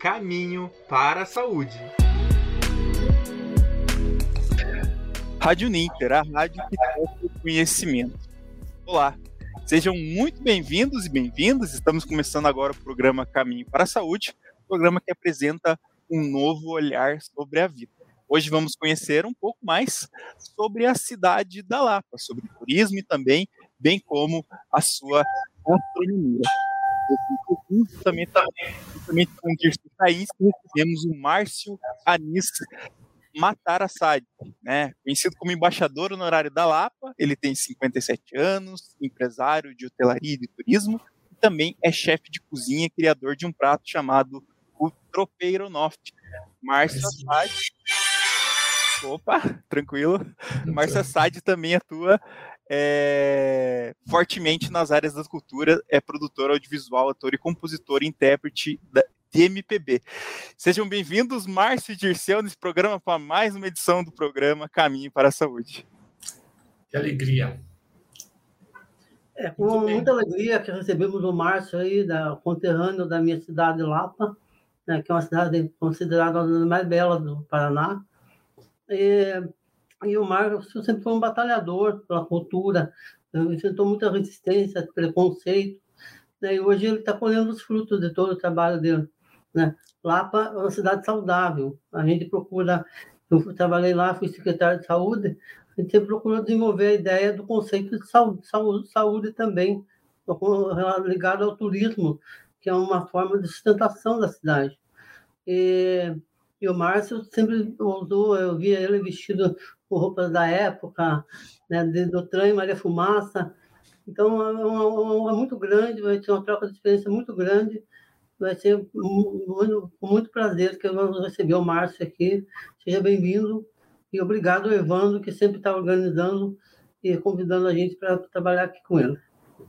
Caminho para a Saúde. Rádio Uninter, a rádio que toca o conhecimento. Olá, sejam muito bem-vindos e bem-vindas. Estamos começando agora o programa Caminho para a Saúde, programa que apresenta um novo olhar sobre a vida. Hoje vamos conhecer um pouco mais sobre a cidade da Lapa, sobre turismo e também, bem como a sua gastronomia. Também com o Dirceu Thaís, recebemos o Márcio Anis Matarassade, né? Conhecido como embaixador honorário da Lapa. Ele tem 57 anos, empresário de hotelaria e de turismo, e também é chefe de cozinha e criador de um prato chamado o Tropeironoft. Márcio Assad. Opa, tranquilo. Márcio Assad também atua fortemente nas áreas da cultura, é produtor audiovisual, ator e compositor e intérprete de MPB. Sejam bem-vindos, Márcio e Dirceu, nesse programa, para mais uma edição do programa Caminho para a Saúde. Que alegria. Com muita alegria que recebemos o Márcio aí, conterrâneo da minha cidade, Lapa, né, que é uma cidade considerada uma das mais belas do Paraná. E o Márcio sempre foi um batalhador pela cultura, enfrentou muita resistência, preconceito, né, e hoje ele está colhendo os frutos de todo o trabalho dele, né? Lapa é uma cidade saudável. A gente procura, eu trabalhei lá, fui secretário de saúde, a gente sempre procurou desenvolver a ideia do conceito de saúde também, ligado ao turismo, que é uma forma de sustentação da cidade. E o Márcio sempre usou, eu via ele vestido com roupas da época, né, do trem Maria Fumaça. Então, é muito grande, vai ter uma troca de experiência muito grande. Vai ser com muito prazer que eu vou receber o Márcio aqui. Seja bem-vindo e obrigado ao Evandro, que sempre está organizando e convidando a gente para trabalhar aqui com ele.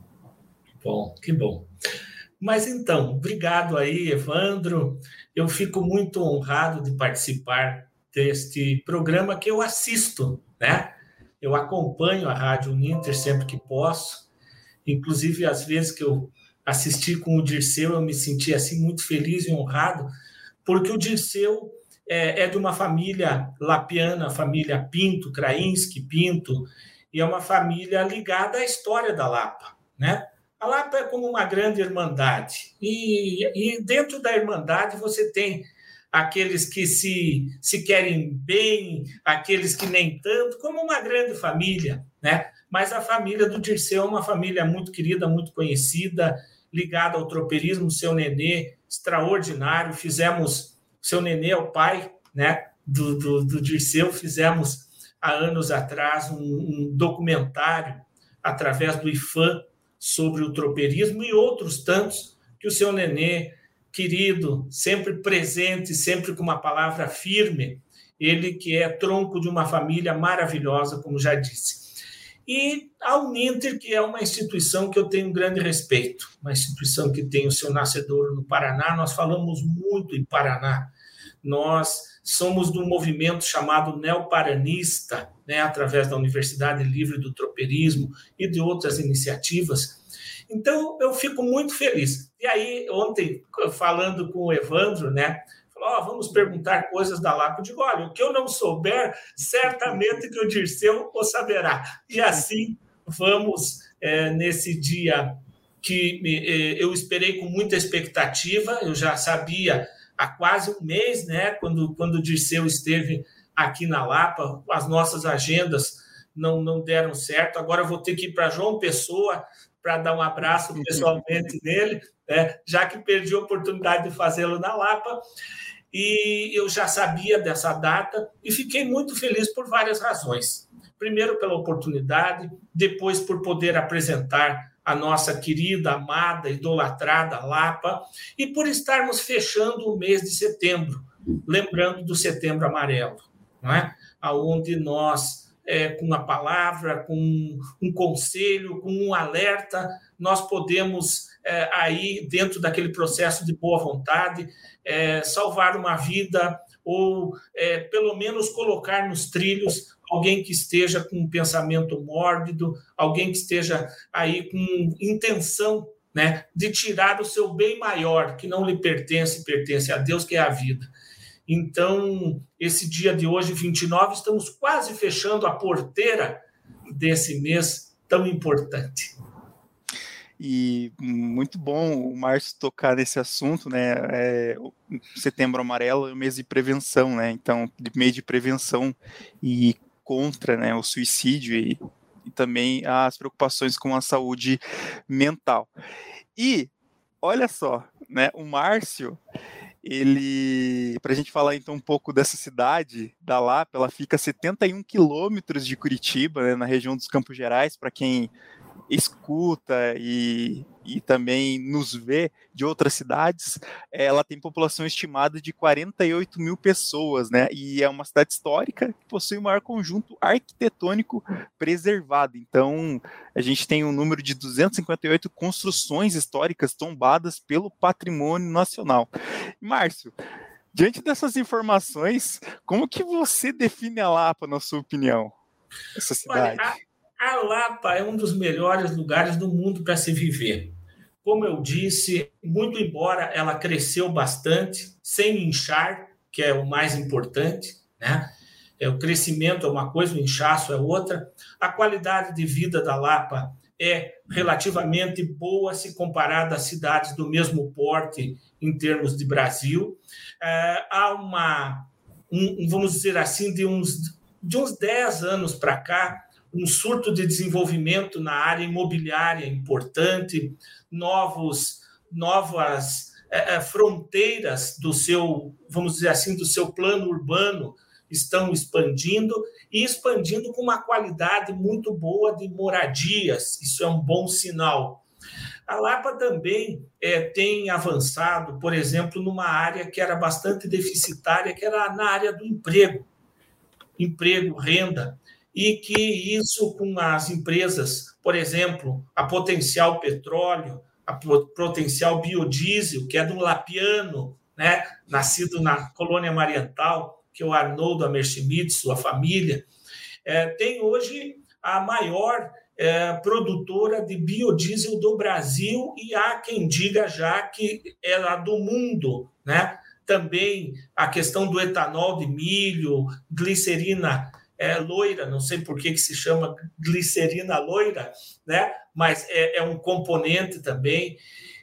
Bom, que bom. Mas então, obrigado aí, Evandro. Eu fico muito honrado de participar deste programa que eu assisto, né? Eu acompanho a Rádio Uninter sempre que posso. Inclusive, às vezes que eu assisti com o Dirceu, eu me senti assim muito feliz e honrado, porque o Dirceu é de uma família lapiana, família Pinto, Krainski Pinto, e é uma família ligada à história da Lapa, né? A Lapa é como uma grande irmandade, e dentro da irmandade você tem aqueles que se querem bem, aqueles que nem tanto, como uma grande família, né? Mas a família do Dirceu é uma família muito querida, muito conhecida, ligada ao tropeirismo. Seu Nenê, extraordinário. Fizemos, seu Nenê é o pai, né, do Dirceu, fizemos há anos atrás um documentário através do IFAM sobre o tropeirismo e outros tantos que o seu Nenê, querido, sempre presente, sempre com uma palavra firme, ele que é tronco de uma família maravilhosa, como já disse. E a Uninter, que é uma instituição que eu tenho um grande respeito, uma instituição que tem o seu nascedouro no Paraná. Nós falamos muito em Paraná, nós somos de um movimento chamado neoparanista, né, através da Universidade Livre do Tropeirismo e de outras iniciativas. Então, eu fico muito feliz. E aí, ontem, falando com o Evandro, né, falou, vamos perguntar coisas da Lapa. Eu digo, olha, o que eu não souber, certamente que o Dirceu o saberá. E assim, vamos, nesse dia que eu esperei com muita expectativa, eu já sabia há quase um mês, né, quando o Dirceu esteve aqui na Lapa, as nossas agendas não deram certo. Agora eu vou ter que ir para João Pessoa para dar um abraço pessoalmente nele, né, já que perdi a oportunidade de fazê-lo na Lapa. E eu já sabia dessa data e fiquei muito feliz por várias razões. Primeiro, pela oportunidade, depois por poder apresentar a nossa querida, amada, idolatrada Lapa, e por estarmos fechando o mês de setembro, lembrando do Setembro Amarelo, não é? Onde nós, com uma palavra, com um conselho, com um alerta, nós podemos, aí, dentro daquele processo de boa vontade, salvar uma vida ou, pelo menos, colocar nos trilhos alguém que esteja com um pensamento mórbido, alguém que esteja aí com intenção né, de tirar o seu bem maior, que não lhe pertence, pertence a Deus, que é a vida. Então, esse dia de hoje, 29, estamos quase fechando a porteira desse mês tão importante. E muito bom o Márcio tocar nesse assunto, né? O Setembro Amarelo é o mês de prevenção, né? Então, mês de prevenção e contra, né, o suicídio e também as preocupações com a saúde mental. E olha só, né? O Márcio, para a gente falar então um pouco dessa cidade da Lapa, ela fica a 71 quilômetros de Curitiba, né, na região dos Campos Gerais, para quem escuta e também nos vê de outras cidades, ela tem população estimada de 48 mil pessoas, né? E é uma cidade histórica que possui o maior conjunto arquitetônico preservado. Então, a gente tem um número de 258 construções históricas tombadas pelo patrimônio nacional. Márcio, diante dessas informações, como que você define a Lapa, na sua opinião, essa cidade? Olha, a Lapa é um dos melhores lugares do mundo para se viver. Como eu disse, muito embora ela cresceu bastante, sem inchar, que é o mais importante, né? O crescimento é uma coisa, o inchaço é outra. A qualidade de vida da Lapa é relativamente boa se comparada às cidades do mesmo porte em termos de Brasil. Há vamos dizer assim, de uns 10 anos para cá, um surto de desenvolvimento na área imobiliária importante, novas fronteiras do seu, vamos dizer assim, do seu plano urbano estão expandindo com uma qualidade muito boa de moradias. Isso é um bom sinal. A Lapa também tem avançado, por exemplo, numa área que era bastante deficitária, que era na área do emprego, renda, e que isso com as empresas, por exemplo, a Potencial Petróleo, a Potencial Biodiesel, que é do Lapiano, né, nascido na Colônia Mariental, que é o Arnoldo Hammerschmidt, sua família, tem hoje a maior produtora de biodiesel do Brasil e há quem diga já que é a do mundo, né? Também a questão do etanol de milho, glicerina loira, não sei por que se chama glicerina loira, né? Mas é um componente também.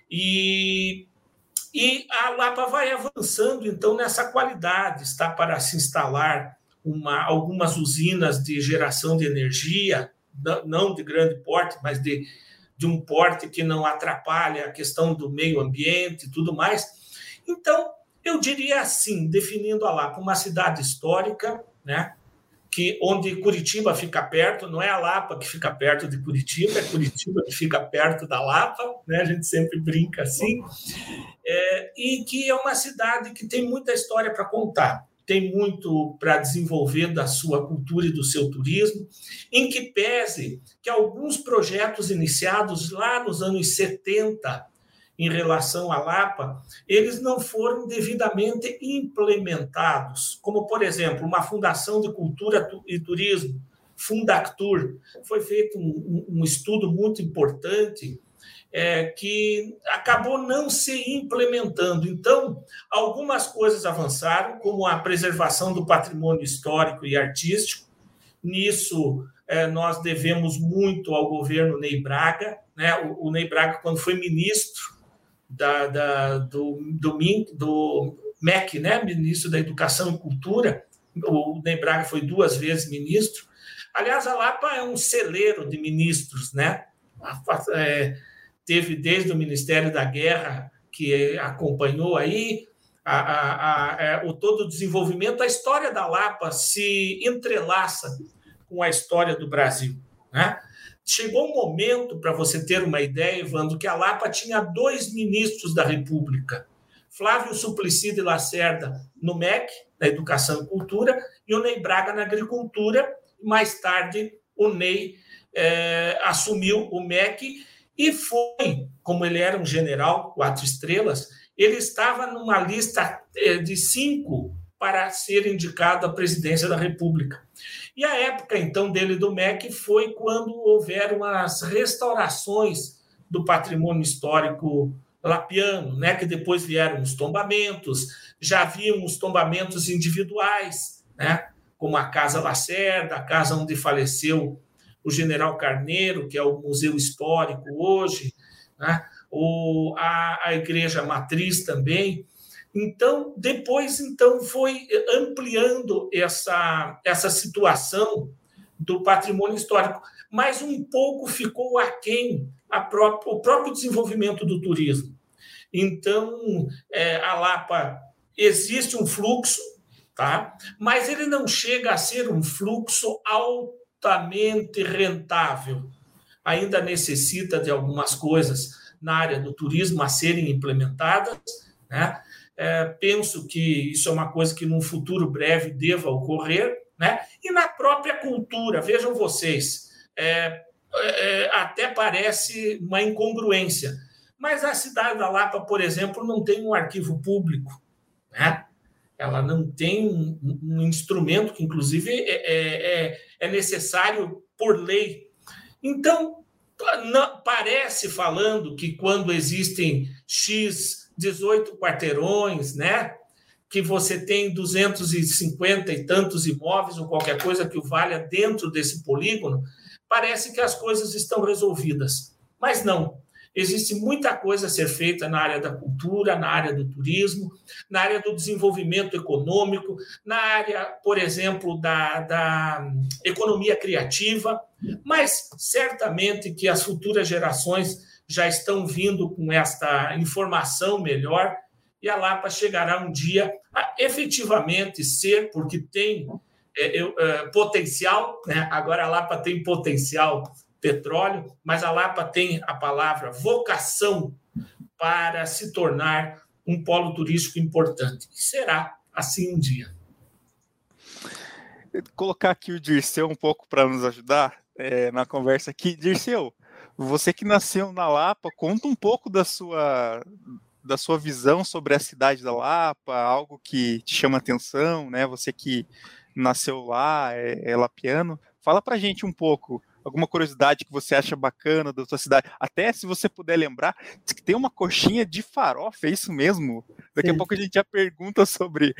E a Lapa vai avançando, então, nessa qualidade. Está para se instalar algumas usinas de geração de energia, não de grande porte, mas de um porte que não atrapalha a questão do meio ambiente e tudo mais. Então, eu diria assim, definindo a Lapa, uma cidade histórica, né? Onde Curitiba fica perto, não é a Lapa que fica perto de Curitiba, é Curitiba que fica perto da Lapa, né? A gente sempre brinca assim, e que é uma cidade que tem muita história para contar, tem muito para desenvolver da sua cultura e do seu turismo, em que pese que alguns projetos iniciados lá nos anos 70, em relação à Lapa, eles não foram devidamente implementados, como, por exemplo, uma Fundação de Cultura e Turismo, Fundactur. Foi feito um estudo muito importante que acabou não se implementando. Então, algumas coisas avançaram, como a preservação do patrimônio histórico e artístico. Nisso, nós devemos muito ao governo Ney Braga, né? O Ney Braga, quando foi ministro do MEC, né? Ministro da Educação e Cultura, o Ney Braga foi 2 vezes ministro. Aliás, a Lapa é um celeiro de ministros, né? Teve desde o Ministério da Guerra, que acompanhou aí todo o desenvolvimento. A história da Lapa se entrelaça com a história do Brasil, né? Chegou um momento, para você ter uma ideia, Evandro, que a Lapa tinha 2 ministros da República, Flávio Suplicy de Lacerda no MEC, da Educação e Cultura, e o Ney Braga na Agricultura. Mais tarde, o Ney assumiu o MEC e foi, como ele era um general 4 estrelas, ele estava numa lista de 5 para ser indicado à presidência da República. E a época, então, dele do MEC foi quando houveram as restaurações do patrimônio histórico lapiano, né? Que depois vieram os tombamentos, já haviam os tombamentos individuais, né? Como a Casa Lacerda, a casa onde faleceu o General Carneiro, que é o Museu Histórico hoje, né? A Igreja Matriz também. Então, depois foi ampliando essa situação do patrimônio histórico, mas um pouco ficou aquém o próprio desenvolvimento do turismo. Então, a Lapa existe um fluxo, tá? Mas ele não chega a ser um fluxo altamente rentável. Ainda necessita de algumas coisas na área do turismo a serem implementadas, né? Penso que isso é uma coisa que num futuro breve deva ocorrer, né? E na própria cultura, vejam vocês, até parece uma incongruência, mas a cidade da Lapa, por exemplo, não tem um arquivo público, né? Ela não tem um instrumento que, inclusive, é necessário por lei. Então, parece falando que quando existem X 18 quarteirões, né, que você tem 250 e tantos imóveis ou qualquer coisa que o valha dentro desse polígono, parece que as coisas estão resolvidas. Mas não. Existe muita coisa a ser feita na área da cultura, na área do turismo, na área do desenvolvimento econômico, na área, por exemplo, da economia criativa, mas certamente que as futuras gerações já estão vindo com esta informação melhor e a Lapa chegará um dia a efetivamente ser, porque tem potencial, né? Agora a Lapa tem potencial petróleo, mas a Lapa tem a palavra vocação para se tornar um polo turístico importante. E será assim um dia. Vou colocar aqui o Dirceu um pouco para nos ajudar na conversa aqui. Dirceu, você que nasceu na Lapa, conta um pouco da sua visão sobre a cidade da Lapa, algo que te chama atenção, né? Você que nasceu lá, é lapiano. Fala pra gente um pouco, alguma curiosidade que você acha bacana da sua cidade. Até se você puder lembrar, diz que tem uma coxinha de farofa, é isso mesmo? Daqui a pouco a gente já pergunta sobre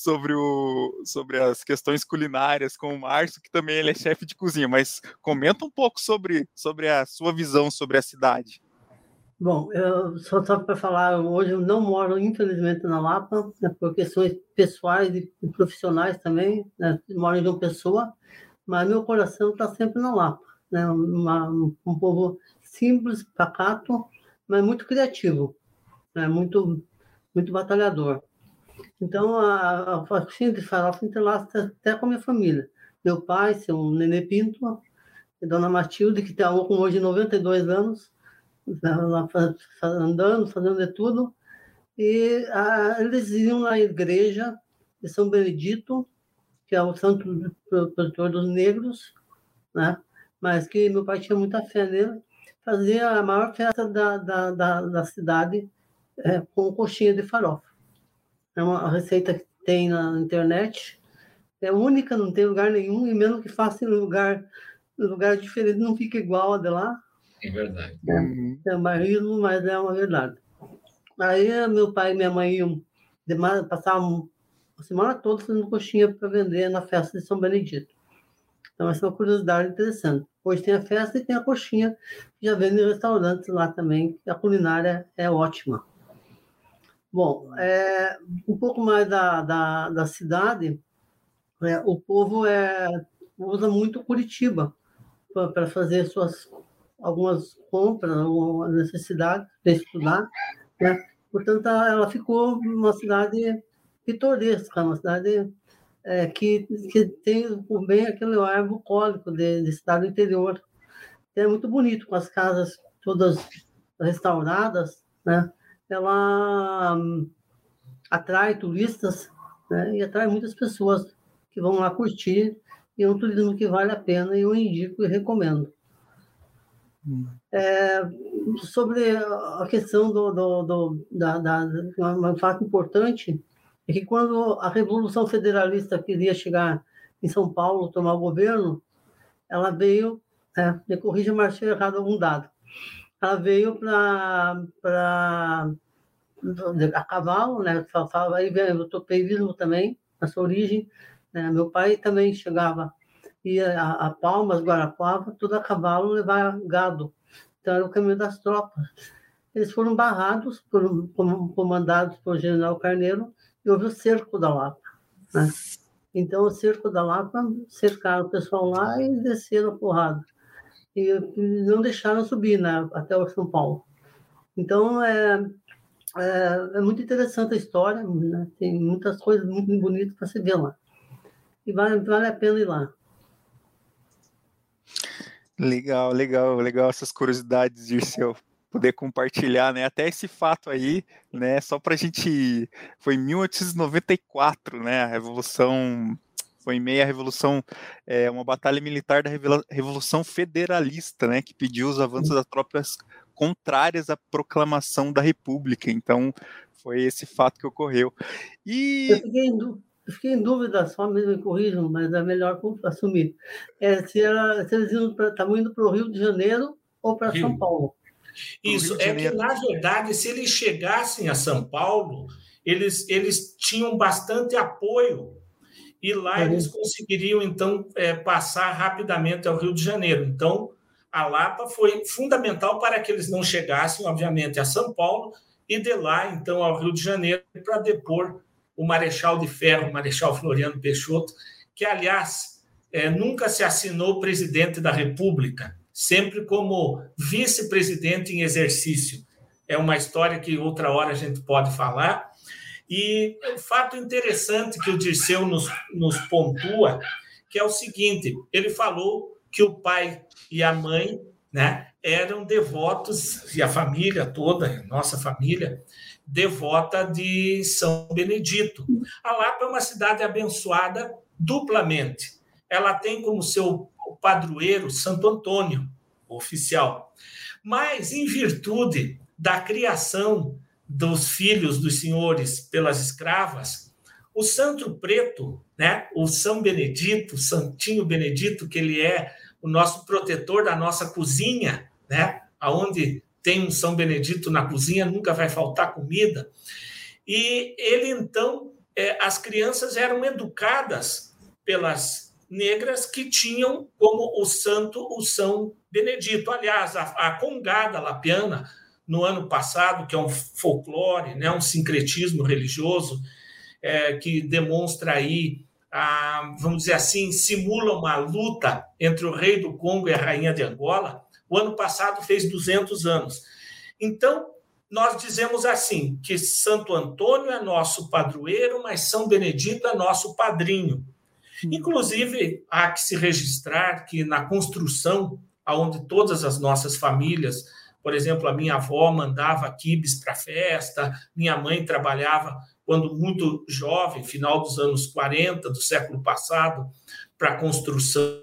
as questões culinárias com o Márcio, que também ele é chefe de cozinha, mas comenta um pouco sobre a sua visão sobre a cidade. Bom, eu só para falar, hoje eu não moro, infelizmente, na Lapa, né, por questões pessoais e profissionais também, né, moro em João Pessoa, mas meu coração está sempre na Lapa, né, um povo simples, pacato, mas muito criativo, né, muito, muito batalhador. Então, a faixinha de farofa entrelaça até com a minha família. Meu pai, seu Nenê Pinto, e Dona Matilde, que tem com hoje 92 anos, lá andando, fazendo de tudo, e eles iam na igreja de São Benedito, que é o santo protetor dos negros, né? Mas que meu pai tinha muita fé nele, fazia a maior festa da cidade com coxinha de farofa. É uma receita que tem na internet, é única, não tem lugar nenhum, e mesmo que faça em lugar diferente, não fica igual a de lá. É verdade. É um bairrismo, mas é uma verdade. Aí meu pai e minha mãe iam passavam a semana toda fazendo coxinha para vender na festa de São Benedito. Então, essa é uma curiosidade interessante. Hoje tem a festa e tem a coxinha, que já vende em restaurantes lá também, que a culinária é ótima. Bom, um pouco mais da cidade, o povo usa muito Curitiba para fazer algumas compras, algumas necessidades para estudar, né? Portanto, ela ficou uma cidade pitoresca, uma cidade que tem bem aquele ar bucólico de cidade do interior. É muito bonito, com as casas todas restauradas, né? Ela atrai turistas, né? E atrai muitas pessoas que vão lá curtir, e é um turismo que vale a pena, e eu indico e recomendo. Sobre a questão um fato importante é que quando a Revolução Federalista queria chegar em São Paulo, tomar o governo, ela veio, me corrija, mas achei errado algum dado, ela veio a cavalo, né? Aí eu topei vivo também, essa origem. Né? Meu pai também chegava, ia a Palmas, Guarapuava, tudo a cavalo, levar gado. Então era o caminho das tropas. Eles foram barrados, comandados por General Carneiro, e houve o cerco da Lapa. Né? Então, o cerco da Lapa, cercaram o pessoal lá e desceram a porrada. E não deixaram subir, né, até o São Paulo. Então, é muito interessante a história, né? Tem muitas coisas muito bonitas para se ver lá. E vale a pena ir lá. Legal essas curiosidades, Dirceu, poder compartilhar, né? Até esse fato aí, né? Só para a gente... Foi em 1894, né? A Revolução... Foi em meio à Revolução, uma batalha militar da Revolução Federalista, né? Que pediu os avanços das tropas contrárias à proclamação da República. Então, foi esse fato que ocorreu. E... Eu fiquei em dúvida, só mesmo me corrijam, mas é melhor assumir. Se eles estavam indo para o Rio de Janeiro ou para São Paulo. Isso, que, na verdade, se eles chegassem a São Paulo, eles tinham bastante apoio, e lá eles conseguiriam, então, passar rapidamente ao Rio de Janeiro. Então, a Lapa foi fundamental para que eles não chegassem, obviamente, a São Paulo, e de lá, então, ao Rio de Janeiro, para depor o Marechal de Ferro, o Marechal Floriano Peixoto, que, aliás, nunca se assinou presidente da República, sempre como vice-presidente em exercício. É uma história que outra hora a gente pode falar. E um fato interessante que o Dirceu nos pontua, que é o seguinte, ele falou que o pai e a mãe, né, eram devotos, e a família toda, nossa família, devota de São Benedito. A Lapa é uma cidade abençoada duplamente. Ela tem como seu padroeiro Santo Antônio, oficial. Mas, em virtude da criação dos filhos dos senhores pelas escravas, o Santo Preto, né, o São Benedito, o Santinho Benedito, que ele é o nosso protetor da nossa cozinha, né, onde tem um São Benedito na cozinha, nunca vai faltar comida. E ele, então, as crianças eram educadas pelas negras que tinham como o santo o São Benedito. Aliás, a congada lapiana, no ano passado, que é um folclore, né, um sincretismo religioso, que demonstra aí, vamos dizer assim, simula uma luta entre o rei do Congo e a rainha de Angola. O ano passado fez 200 anos. Então, nós dizemos assim, que Santo Antônio é nosso padroeiro, mas São Benedito é nosso padrinho. Inclusive, há que se registrar que na construção, onde todas as nossas famílias, por exemplo, a minha avó mandava quibes para festa, minha mãe trabalhava, quando muito jovem, final dos anos 40 do século passado, para a construção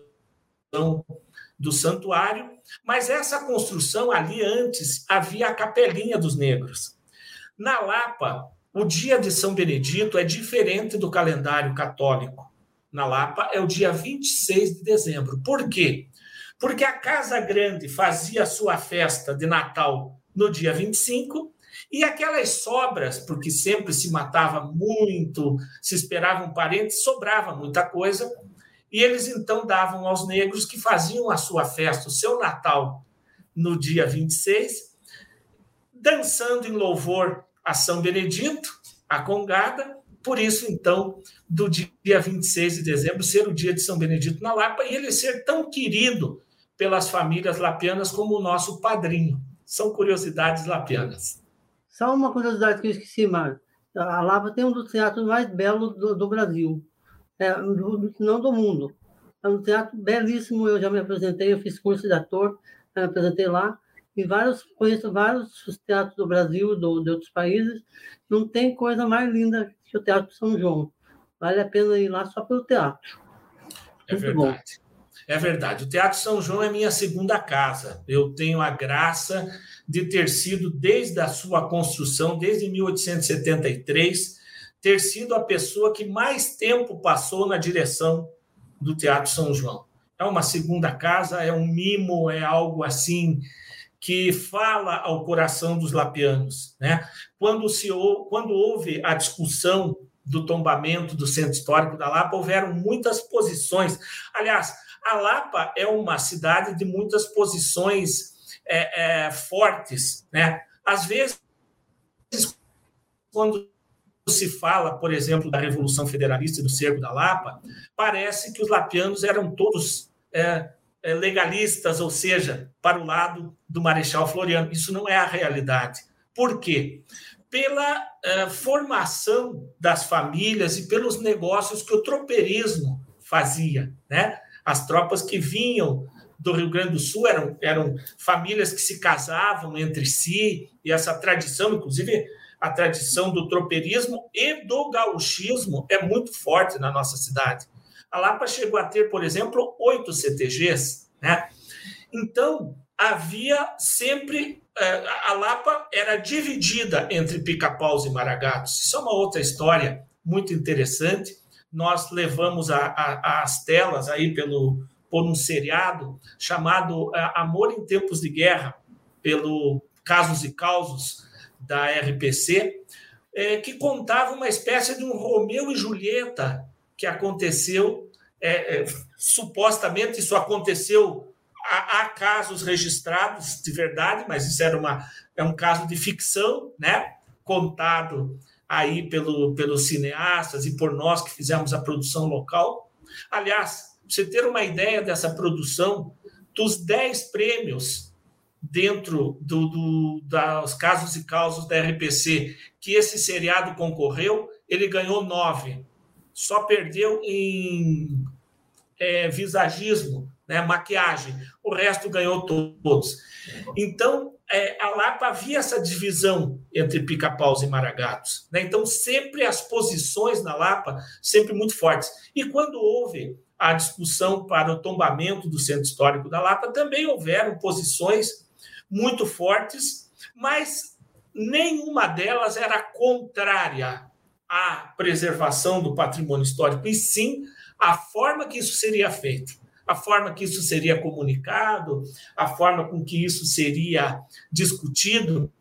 do santuário, mas essa construção ali antes havia a capelinha dos negros. Na Lapa, o dia de São Benedito é diferente do calendário católico. Na Lapa é o dia 26 de dezembro. Por quê? Porque a Casa Grande fazia a sua festa de Natal no dia 25 e aquelas sobras, porque sempre se matava muito, se esperavam parentes, sobrava muita coisa, e eles então davam aos negros que faziam a sua festa, o seu Natal, no dia 26, dançando em louvor a São Benedito, a congada. Por isso, então, do dia 26 de dezembro ser o dia de São Benedito na Lapa e ele ser tão querido pelas famílias lapianas como o nosso padrinho. São curiosidades lapianas. Só uma curiosidade que eu esqueci, Mário. A Lapa tem um dos teatros mais belos do Brasil. Não do mundo. É um teatro belíssimo, eu já me apresentei, eu fiz curso de ator, me apresentei lá, e conheço vários teatros do Brasil, de outros países, não tem coisa mais linda que o Teatro São João. Vale a pena ir lá só pelo teatro. É verdade. Bom. É verdade. O Teatro São João é minha segunda casa. Eu tenho a graça de ter sido, desde a sua construção, desde 1873, ter sido a pessoa que mais tempo passou na direção do Teatro São João. É uma segunda casa, é um mimo, é algo assim que fala ao coração dos lapianos, né? Quando houve a discussão do tombamento do Centro Histórico da Lapa, houveram muitas posições. Aliás, a Lapa é uma cidade de muitas posições fortes, né? Às vezes, quando se fala, por exemplo, da Revolução Federalista e do Cerco da Lapa, parece que os lapianos eram todos legalistas, ou seja, para o lado do Marechal Floriano. Isso não é a realidade. Por quê? Pela formação das famílias e pelos negócios que o tropeirismo fazia, né? As tropas que vinham do Rio Grande do Sul eram famílias que se casavam entre si, e essa tradição, inclusive a tradição do tropeirismo e do gauchismo é muito forte na nossa cidade. A Lapa chegou a ter, por exemplo, 8 CTGs, né? Então, havia sempre... A Lapa era dividida entre Pica-Paus e Maragatos. Isso é uma outra história muito interessante. Nós levamos as telas aí por um seriado chamado Amor em Tempos de Guerra, pelo Casos e Causos da RPC, que contava uma espécie de um Romeu e Julieta que aconteceu, supostamente isso aconteceu, há casos registrados de verdade, mas isso é um caso de ficção, né? Contado aí pelos cineastas e por nós que fizemos a produção local. Aliás, para você ter uma ideia dessa produção, dos 10 prêmios dentro dos Casos e Causos da RPC que esse seriado concorreu, ele ganhou 9. Só perdeu em visagismo, né, maquiagem. O resto ganhou todos. Então, a Lapa havia essa divisão entre Pica-Paus e Maragatos, né? Então, sempre as posições na Lapa, sempre muito fortes. E quando houve a discussão para o tombamento do Centro Histórico da Lapa, também houveram posições muito fortes, mas nenhuma delas era contrária à preservação do patrimônio histórico, e sim a forma que isso seria feito, a forma que isso seria comunicado, a forma com que isso seria discutido.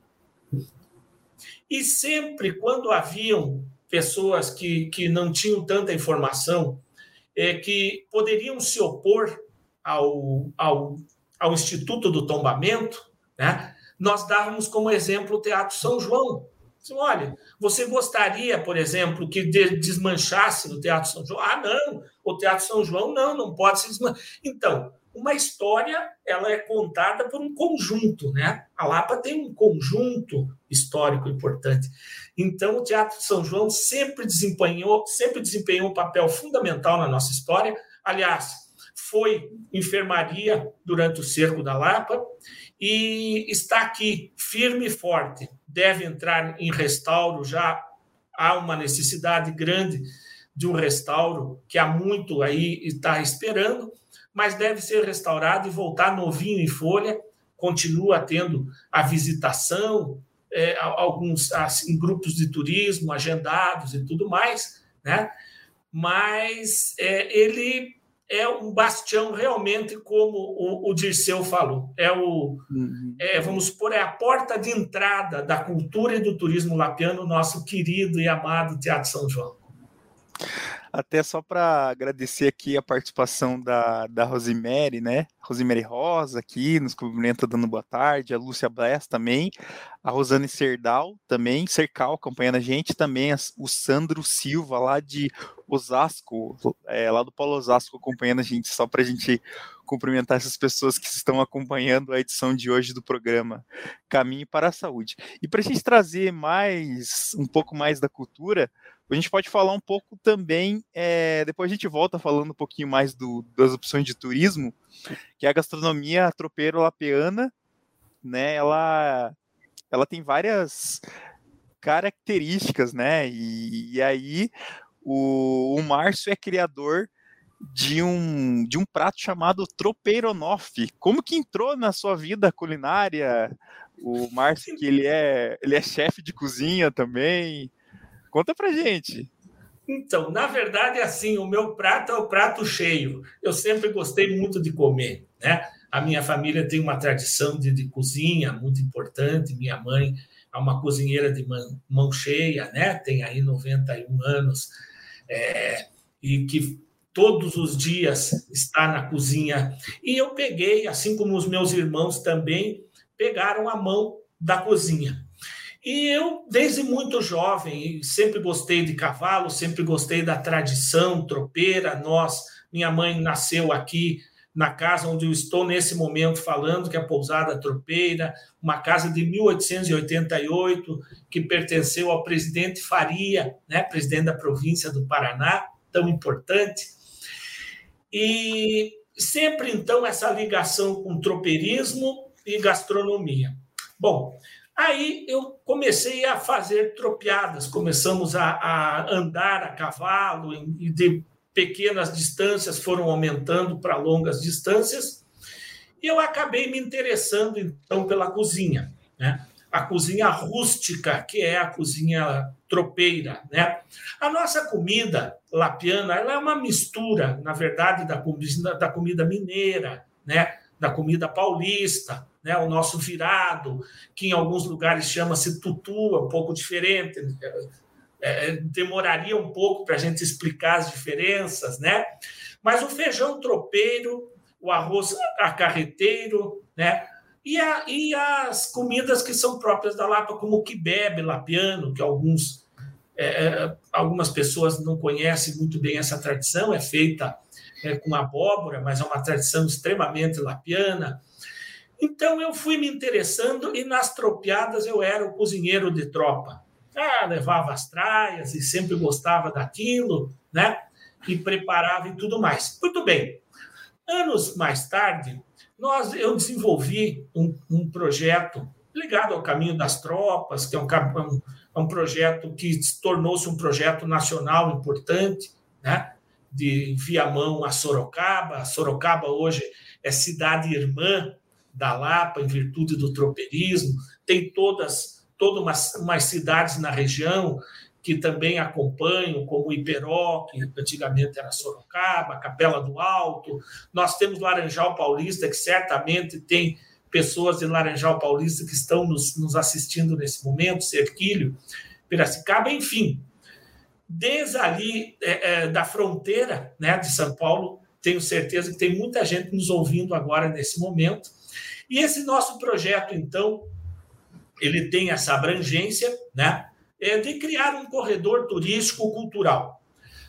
E sempre, quando haviam pessoas que não tinham tanta informação, que poderiam se opor ao Instituto do Tombamento, né, nós dávamos como exemplo o Teatro São João. Olha, você gostaria, por exemplo, que desmanchasse no Teatro São João? Ah, não, o Teatro São João não pode se desmanchar. Então, uma história ela é contada por um conjunto, né? A Lapa tem um conjunto histórico importante. Então, o Teatro São João sempre desempenhou um papel fundamental na nossa história. Aliás, foi enfermaria durante o Cerco da Lapa e está aqui firme e forte. Deve entrar em restauro, já há uma necessidade grande de um restauro que há muito aí está esperando, mas deve ser restaurado e voltar novinho em folha. Continua tendo a visitação, alguns assim, grupos de turismo agendados e tudo mais, né? Mas ele é um bastião realmente, como o Dirceu falou. Vamos supor, é a porta de entrada da cultura e do turismo lapiano, nosso querido e amado Teatro São João. Até só para agradecer aqui a participação da Rosemary, né? Rosemary Rosa aqui, nos cumprimenta dando boa tarde, a Lúcia Bless também, a Rosane Serdal também, Cercal acompanhando a gente, também o Sandro Silva lá de Osasco, lá do Polo Osasco acompanhando a gente, só para a gente cumprimentar essas pessoas que estão acompanhando a edição de hoje do programa Caminho para a Saúde. E para a gente trazer um pouco mais da cultura, a gente pode falar um pouco também, depois a gente volta falando um pouquinho mais das opções de turismo, que a gastronomia tropeiro-lapiana, né, ela tem várias características, né, e aí o Márcio é criador de um prato chamado tropeironofe. Como que entrou na sua vida culinária? O Márcio, que ele é chefe de cozinha também. Conta pra gente. Então, na verdade, assim, o meu prato é o prato cheio. Eu sempre gostei muito de comer, né? A minha família tem uma tradição de cozinha muito importante. Minha mãe é uma cozinheira de mão cheia, né? Tem aí 91 anos, e que todos os dias está na cozinha. E eu peguei, assim como os meus irmãos também, pegaram a mão da cozinha. E eu, desde muito jovem, sempre gostei de cavalo, sempre gostei da tradição tropeira. Minha mãe nasceu aqui na casa onde eu estou nesse momento falando, que é a Pousada Tropeira, uma casa de 1888, que pertenceu ao presidente Faria, né, presidente da província do Paraná, tão importante. E sempre, então, essa ligação com tropeirismo e gastronomia. Bom, aí eu comecei a fazer tropeadas, começamos a andar a cavalo e de pequenas distâncias foram aumentando para longas distâncias e eu acabei me interessando, então, pela cozinha, né? A cozinha rústica, que é a cozinha tropeira, né? A nossa comida lapiana, ela é uma mistura, na verdade, da comida mineira, né? Da comida paulista, né? O nosso virado, que em alguns lugares chama-se tutu, é um pouco diferente, demoraria um pouco para a gente explicar as diferenças, né? Mas o feijão tropeiro, o arroz acarreteiro, né? E as comidas que são próprias da Lapa, como o quibebe lapiano, que algumas pessoas não conhecem muito bem essa tradição, é feita com abóbora, mas é uma tradição extremamente lapiana. Então, eu fui me interessando e nas tropeadas eu era o cozinheiro de tropa. Levava as traias e sempre gostava daquilo, né? E preparava e tudo mais. Muito bem. Anos mais tarde, eu desenvolvi um projeto ligado ao Caminho das Tropas, que é um projeto que tornou-se um projeto nacional importante, né? De Viamão a Sorocaba. Sorocaba hoje é cidade irmã da Lapa, em virtude do tropeirismo. Tem todas umas cidades na região que também acompanham, como Iperó, que antigamente era Sorocaba, Capela do Alto. Nós temos Laranjal Paulista, que certamente tem pessoas de Laranjal Paulista que estão nos assistindo nesse momento, Serquilho, Piracicaba, enfim. Desde ali da fronteira, né, de São Paulo, tenho certeza que tem muita gente nos ouvindo agora nesse momento. E esse nosso projeto, então, ele tem essa abrangência, né, de criar um corredor turístico-cultural.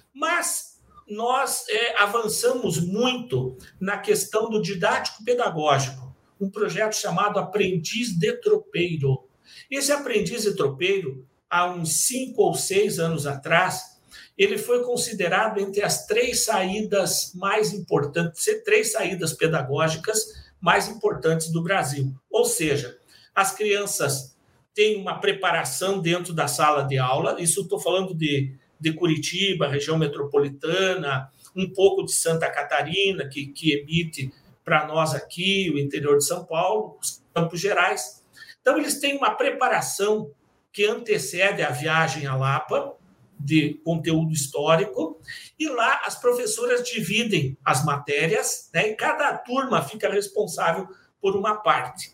Mas nós avançamos muito na questão do didático-pedagógico, um projeto chamado Aprendiz de Tropeiro. Esse Aprendiz de Tropeiro, há uns 5 ou 6 anos atrás, ele foi considerado entre as 3 saídas mais importantes, 3 saídas pedagógicas mais importantes do Brasil. Ou seja, as crianças têm uma preparação dentro da sala de aula, isso estou falando de Curitiba, região metropolitana, um pouco de Santa Catarina, que emite para nós aqui, o interior de São Paulo, os Campos Gerais. Então, eles têm uma preparação que antecede a viagem à Lapa, de conteúdo histórico, e lá as professoras dividem as matérias, né, e cada turma fica responsável por uma parte.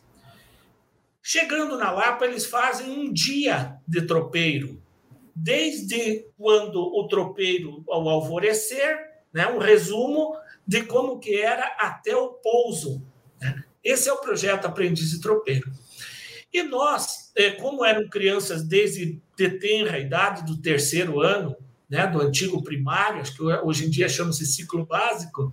Chegando na Lapa, eles fazem um dia de tropeiro, desde quando o tropeiro ao alvorecer, né, um resumo de como que era até o pouso. Né? Esse é o projeto Aprendiz de Tropeiro. E nós, como eram crianças desde de tenra idade, do 3º ano, né, do antigo primário, acho que hoje em dia chama-se ciclo básico,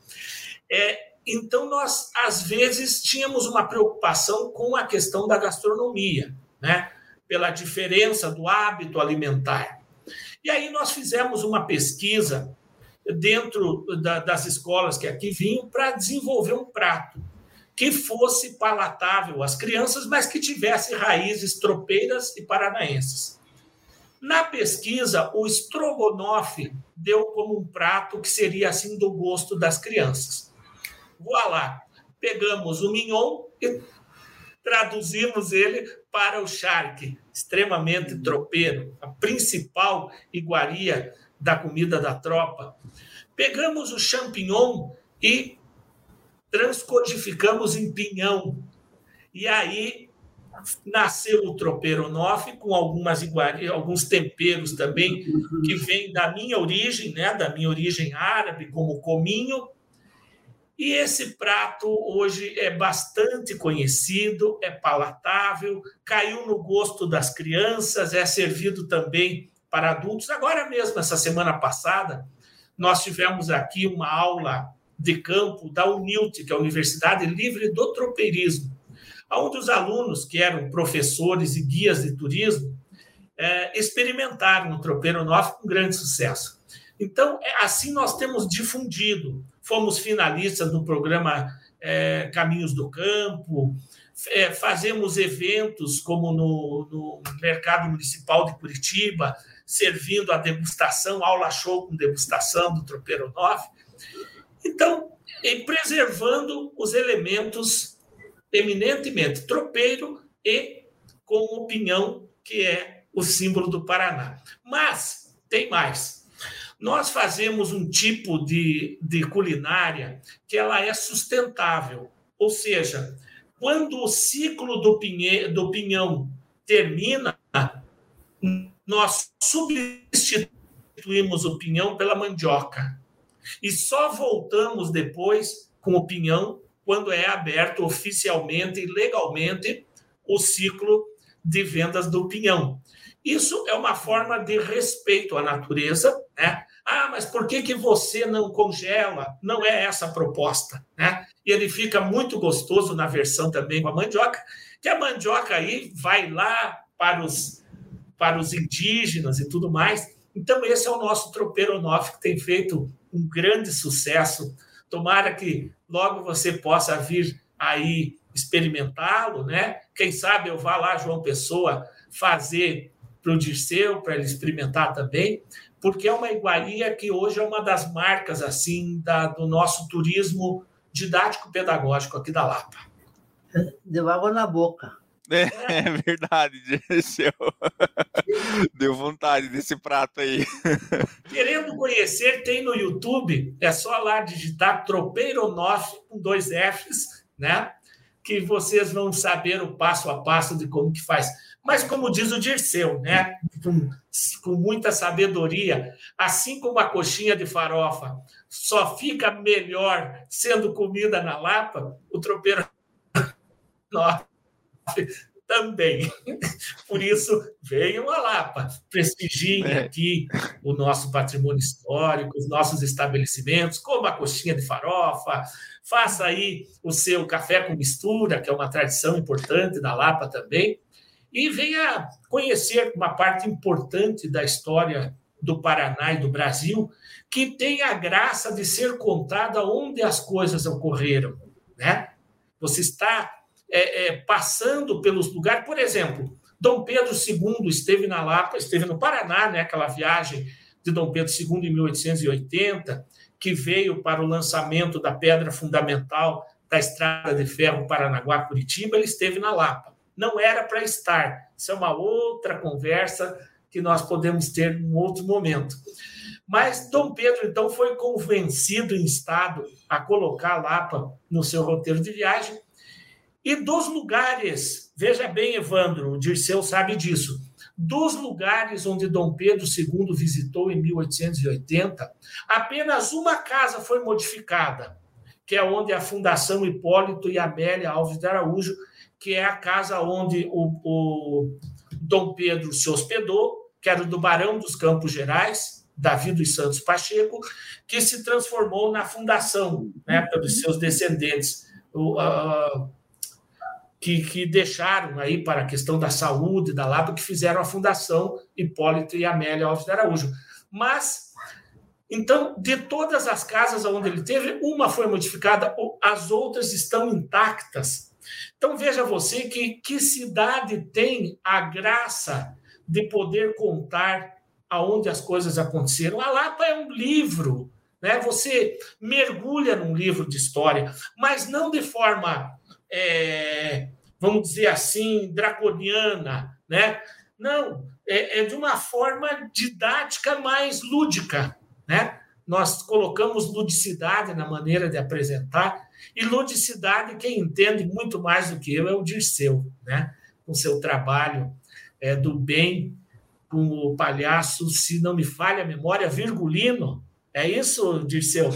então nós, às vezes, tínhamos uma preocupação com a questão da gastronomia, né, pela diferença do hábito alimentar. E aí nós fizemos uma pesquisa dentro das escolas que aqui vinham para desenvolver um prato que fosse palatável às crianças, mas que tivesse raízes tropeiras e paranaenses. Na pesquisa, o estrogonofe deu como um prato que seria assim do gosto das crianças. Voilá, pegamos o mignon e traduzimos ele para o charque, extremamente tropeiro, a principal iguaria da comida da tropa. Pegamos o champignon e transcodificamos em Pinhão. E aí nasceu o tropeiro nofe, com alguns temperos também que vêm da minha origem, né? Da minha origem árabe, como o cominho. E esse prato hoje é bastante conhecido, é palatável, caiu no gosto das crianças, é servido também para adultos. Agora mesmo, essa semana passada, nós tivemos aqui uma aula de campo da UNILT, que é a Universidade Livre do Tropeirismo, onde os alunos, que eram professores e guias de turismo, experimentaram o tropeiro nofe com grande sucesso. Então, assim nós temos difundido. Fomos finalistas do programa Caminhos do Campo, fazemos eventos como no Mercado Municipal de Curitiba, servindo a degustação, aula show com degustação do tropeiro nofe. Então, preservando os elementos eminentemente tropeiro e com o pinhão, que é o símbolo do Paraná. Mas tem mais. Nós fazemos um tipo de culinária que ela é sustentável, ou seja, quando o ciclo do pinhão termina, nós substituímos o pinhão pela mandioca e só voltamos depois com o pinhão quando é aberto oficialmente e legalmente o ciclo de vendas do pinhão. Isso é uma forma de respeito à natureza, né? Mas por que você não congela? Não é essa a proposta, né? E ele fica muito gostoso na versão também com a mandioca, que a mandioca aí vai lá para os indígenas e tudo mais. Então, esse é o nosso tropeiro nofe, que tem feito um grande sucesso. Tomara que logo você possa vir aí experimentá-lo, né? Quem sabe eu vá lá, João Pessoa, fazer para o Dirceu, para ele experimentar também, porque é uma iguaria que hoje é uma das marcas assim do nosso turismo didático-pedagógico aqui da Lapa. Deu água na boca. É verdade, Dirceu. Deu vontade desse prato aí. Querendo conhecer, tem no YouTube, é só lá digitar tropeiro nofe com 2 Fs, né? Que vocês vão saber o passo a passo de como que faz. Mas, como diz o Dirceu, né? Com muita sabedoria, assim como a coxinha de farofa só fica melhor sendo comida na Lapa, o tropeiro nofe também. Por isso, venham à Lapa, prestigiem aqui o nosso patrimônio histórico, os nossos estabelecimentos, como a coxinha de farofa, faça aí o seu café com mistura, que é uma tradição importante da Lapa também, e venha conhecer uma parte importante da história do Paraná e do Brasil, que tem a graça de ser contada onde as coisas ocorreram, né? Você está passando pelos lugares, por exemplo, Dom Pedro II esteve na Lapa, esteve no Paraná, né? Aquela viagem de Dom Pedro II em 1880, que veio para o lançamento da pedra fundamental da estrada de ferro Paranaguá-Curitiba, ele esteve na Lapa. Não era para estar. Isso é uma outra conversa que nós podemos ter em outro momento. Mas Dom Pedro, então, foi convencido em estado a colocar a Lapa no seu roteiro de viagem. E dos lugares, veja bem, Evandro, o Dirceu sabe disso, dos lugares onde Dom Pedro II visitou em 1880, apenas uma casa foi modificada, que é onde a Fundação Hipólito e Amélia Alves de Araújo, que é a casa onde o Dom Pedro se hospedou, que era do Barão dos Campos Gerais, Davi dos Santos Pacheco, que se transformou na fundação, né, pelos seus descendentes, que deixaram aí para a questão da saúde, da Lapa, que fizeram a Fundação Hipólito e Amélia Alves de Araújo. Mas, então, de todas as casas onde ele teve, uma foi modificada, as outras estão intactas. Então, veja você que cidade tem a graça de poder contar aonde as coisas aconteceram. A Lapa é um livro, né? Você mergulha num livro de história, mas não de forma... vamos dizer assim, draconiana, né? Não, é de uma forma didática mais lúdica, né? nós colocamos ludicidade na maneira de apresentar, e ludicidade, quem entende muito mais do que eu, é o Dirceu, né? Com seu trabalho do bem, com o palhaço, se não me falha a memória, Virgulino. É isso, Dirceu?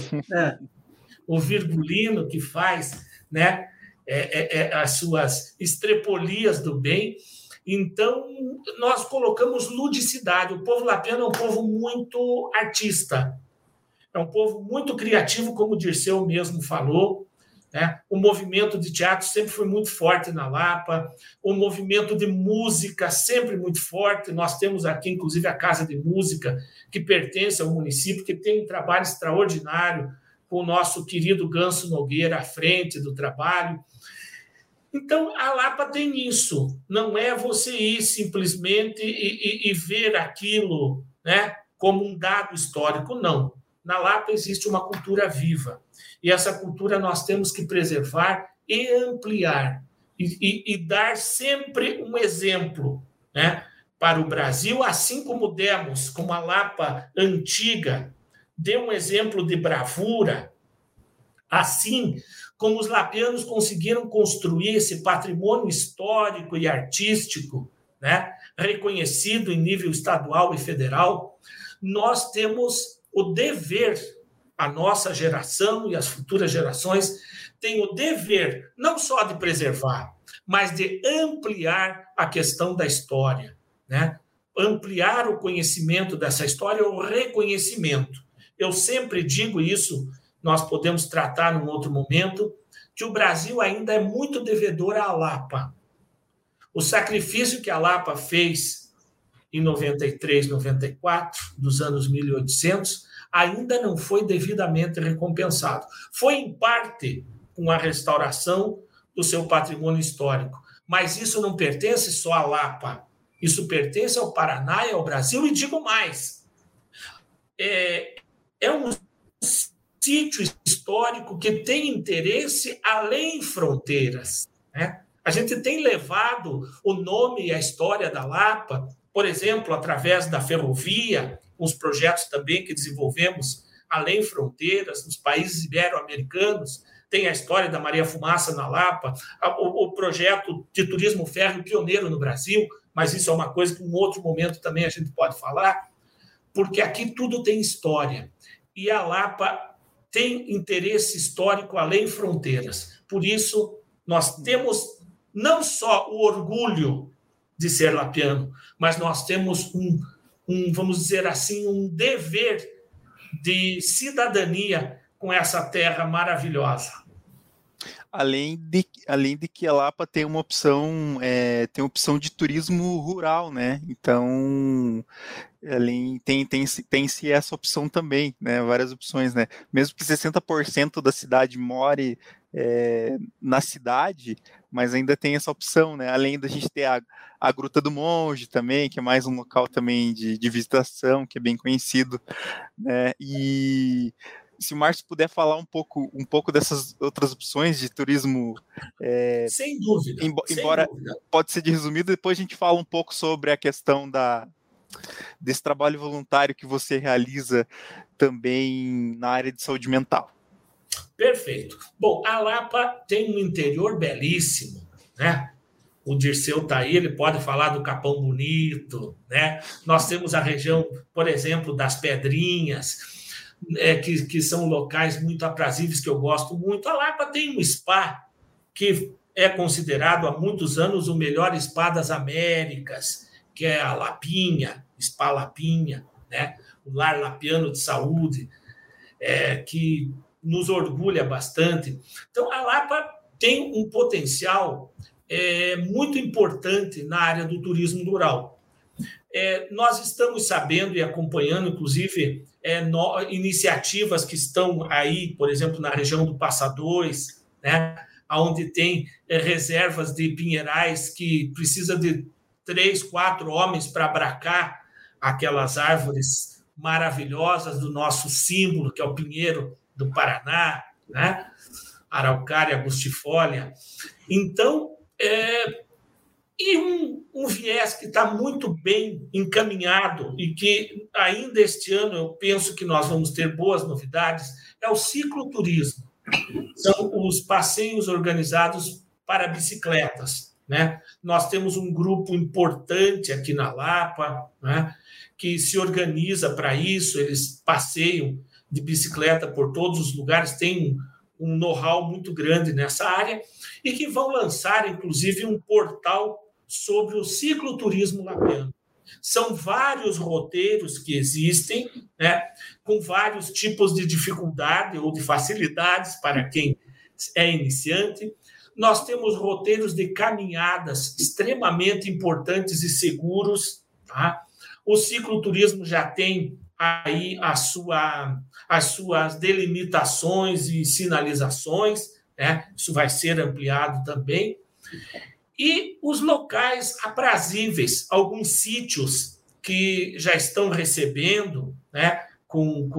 O Virgulino que faz, né, as suas estrepolias do bem. Então, nós colocamos ludicidade. O povo lapiano é um povo muito artista, é um povo muito criativo, como o Dirceu mesmo falou, né? O movimento de teatro sempre foi muito forte na Lapa, o movimento de música sempre muito forte. Nós temos aqui, inclusive, a Casa de Música, que pertence ao município, que tem um trabalho extraordinário, com o nosso querido Ganso Nogueira à frente do trabalho. Então, a Lapa tem isso. Não é você ir simplesmente e ver aquilo, né, como um dado histórico, não. Na Lapa existe uma cultura viva. E essa cultura nós temos que preservar e ampliar. E dar sempre um exemplo, né, para o Brasil, assim como demos, como a Lapa antiga deu um exemplo de bravura, assim como os lapianos conseguiram construir esse patrimônio histórico e artístico, né, reconhecido em nível estadual e federal, nós temos o dever, a nossa geração e as futuras gerações têm o dever não só de preservar, mas de ampliar a questão da história, né? Ampliar o conhecimento dessa história, o reconhecimento. Eu sempre digo isso, nós podemos tratar num outro momento, que o Brasil ainda é muito devedor à Lapa. O sacrifício que a Lapa fez em 93, 94, dos anos 1800, ainda não foi devidamente recompensado. Foi, em parte, com a restauração do seu patrimônio histórico. Mas isso não pertence só à Lapa. Isso pertence ao Paraná e ao Brasil, e digo mais. É um sítio histórico que tem interesse além fronteiras, né? A gente tem levado o nome e a história da Lapa, por exemplo, através da ferrovia, uns projetos também que desenvolvemos além fronteiras, nos países ibero-americanos. Tem a história da Maria Fumaça na Lapa, o projeto de turismo férreo pioneiro no Brasil, mas isso é uma coisa que em um outro momento também a gente pode falar, porque aqui tudo tem história. E a Lapa tem interesse histórico além fronteiras. Por isso, nós temos não só o orgulho de ser lapiano, mas nós temos vamos dizer assim, um dever de cidadania com essa terra maravilhosa. Além de que a Lapa tem uma opção, de turismo rural, né? Então, tem-se essa opção também, né? Várias opções, né? Mesmo que 60% da cidade more na cidade, mas ainda tem essa opção, né? Além da gente ter a Gruta do Monge também, que é mais um local também de visitação, que é bem conhecido, né? E se o Márcio puder falar um pouco dessas outras opções de turismo... Sem dúvida. Embora sem dúvida. Pode ser de resumido, depois a gente fala um pouco sobre a questão desse trabalho voluntário que você realiza também na área de saúde mental. Perfeito. Bom, a Lapa tem um interior belíssimo, né? O Dirceu está aí, ele pode falar do Capão Bonito, né? Nós temos a região, por exemplo, das Pedrinhas, que são locais muito aprazíveis, que eu gosto muito. A Lapa tem um spa que é considerado há muitos anos o melhor spa das Américas, que é a Lapinha, Spa Lapinha, né? O Lar Lapiano de Saúde, que nos orgulha bastante. Então, a Lapa tem um potencial muito importante na área do turismo rural. Nós estamos sabendo e acompanhando, inclusive, iniciativas que estão aí, por exemplo, na região do Passa Dois, né, onde tem reservas de pinheirais que precisa de 3, 4 homens para abracar aquelas árvores maravilhosas do nosso símbolo, que é o pinheiro do Paraná, né? Araucária agustifólia. Então, E um viés que está muito bem encaminhado e que ainda este ano eu penso que nós vamos ter boas novidades é o cicloturismo. São os passeios organizados para bicicletas, né? Nós temos um grupo importante aqui na Lapa, né, que se organiza para isso, eles passeiam de bicicleta por todos os lugares, tem um know-how muito grande nessa área e que vão lançar, inclusive, um portal sobre o cicloturismo lapiano. São vários roteiros que existem, né, com vários tipos de dificuldade ou de facilidades para quem é iniciante. Nós temos roteiros de caminhadas extremamente importantes e seguros. Tá? O cicloturismo já tem aí as suas delimitações e sinalizações, né? Isso vai ser ampliado também. E os locais aprazíveis, alguns sítios que já estão recebendo, né, com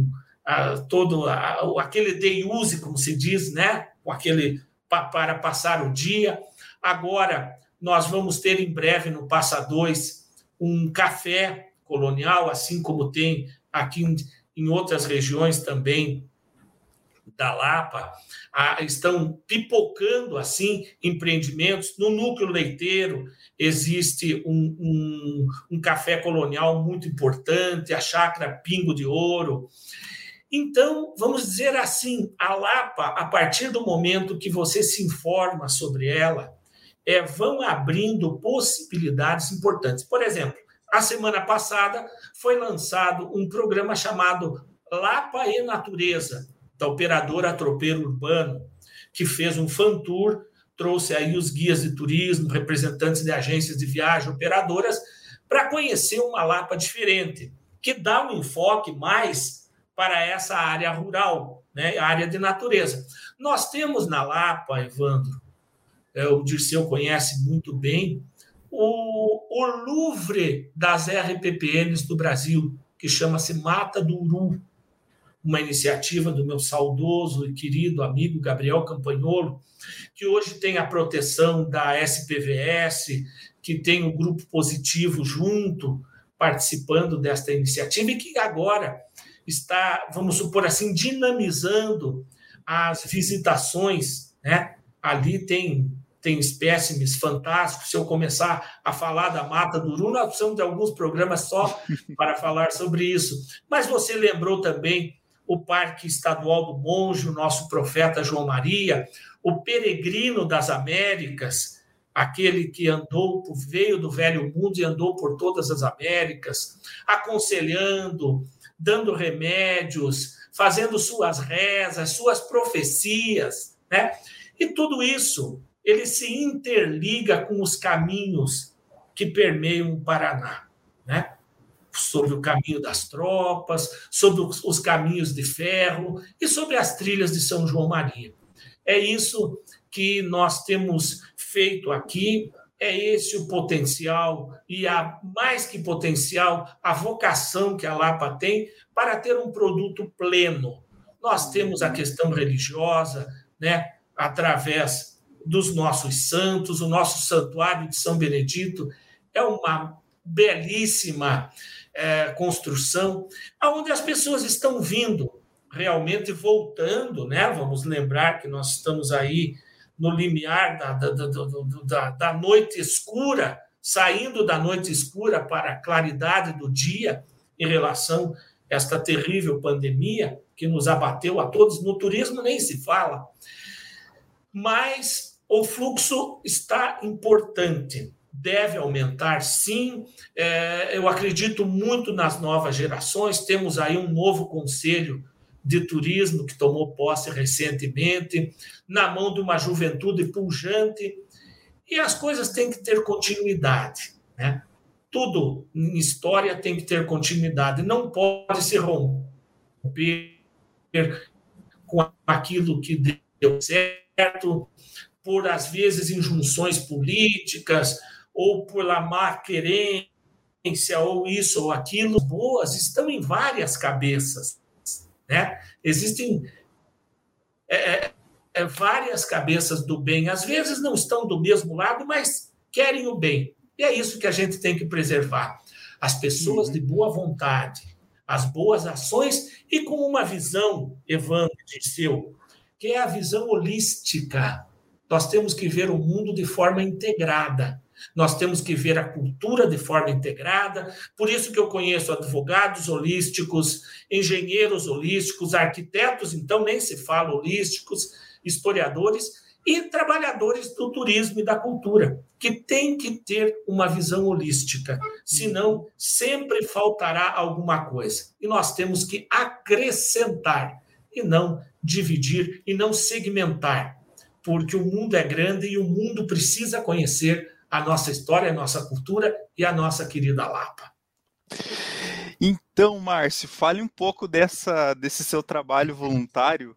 todo aquele day use, como se diz, né, com aquele para passar o dia. Agora, nós vamos ter em breve no Passa 2 um café colonial, assim como tem aqui em outras regiões também da Lapa. Estão pipocando assim empreendimentos. No núcleo leiteiro existe um café colonial muito importante, a Chácara Pingo de Ouro. Então, vamos dizer assim, a Lapa, a partir do momento que você se informa sobre ela, vão abrindo possibilidades importantes. Por exemplo, a semana passada foi lançado um programa chamado Lapa e Natureza, da operadora Tropeiro Urbano, que fez um fan tour, trouxe aí os guias de turismo, representantes de agências de viagem, operadoras, para conhecer uma Lapa diferente, que dá um enfoque mais para essa área rural, né, a área de natureza. Nós temos na Lapa, Evandro, o Dirceu conhece muito bem, o Louvre das RPPNs do Brasil, que chama-se Mata do Uru, uma iniciativa do meu saudoso e querido amigo Gabriel Campagnolo, que hoje tem a proteção da SPVS, que tem o Grupo Positivo junto, participando desta iniciativa, e que agora está, vamos supor assim, dinamizando as visitações, né? Ali tem espécimes fantásticos. Se eu começar a falar da Mata do Uru, nós precisamos de alguns programas só para falar sobre isso. Mas você lembrou também o Parque Estadual do Monge, o nosso profeta João Maria, o Peregrino das Américas, aquele que veio do Velho Mundo e andou por todas as Américas, aconselhando, dando remédios, fazendo suas rezas, suas profecias, né? E tudo isso, ele se interliga com os caminhos que permeiam o Paraná, né? Sobre o caminho das tropas, sobre os caminhos de ferro e sobre as trilhas de São João Maria. É isso que nós temos feito aqui, é esse o potencial e, mais que potencial, a vocação que a Lapa tem para ter um produto pleno. Nós temos a questão religiosa, né, através dos nossos santos, o nosso santuário de São Benedito é uma belíssima construção, onde as pessoas estão vindo, realmente voltando, né? Vamos lembrar que nós estamos aí no limiar da noite escura, saindo da noite escura para a claridade do dia em relação a esta terrível pandemia que nos abateu a todos. No turismo nem se fala, mas o fluxo está importante. Deve aumentar, sim. Eu acredito muito nas novas gerações. Temos aí um novo conselho de turismo que tomou posse recentemente, na mão de uma juventude pujante, e as coisas têm que ter continuidade, né? Tudo em história tem que ter continuidade, não pode se romper com aquilo que deu certo, por, às vezes, injunções políticas, ou por la má querência, ou isso ou aquilo. Boas estão em várias cabeças, né? Existem várias cabeças do bem, às vezes não estão do mesmo lado, mas querem o bem. E é isso que a gente tem que preservar. As pessoas de boa vontade, as boas ações e com uma visão, Evandro e Dirceu, que é a visão holística. Nós temos que ver o mundo de forma integrada. Nós temos que ver a cultura de forma integrada. Por isso que eu conheço advogados holísticos, engenheiros holísticos, arquitetos, então nem se fala holísticos, historiadores e trabalhadores do turismo e da cultura, que tem que ter uma visão holística, senão sempre faltará alguma coisa. E nós temos que acrescentar e não dividir e não segmentar, porque o mundo é grande e o mundo precisa conhecer a nossa história, a nossa cultura e a nossa querida Lapa. Então, Márcio, fale um pouco desse seu trabalho voluntário,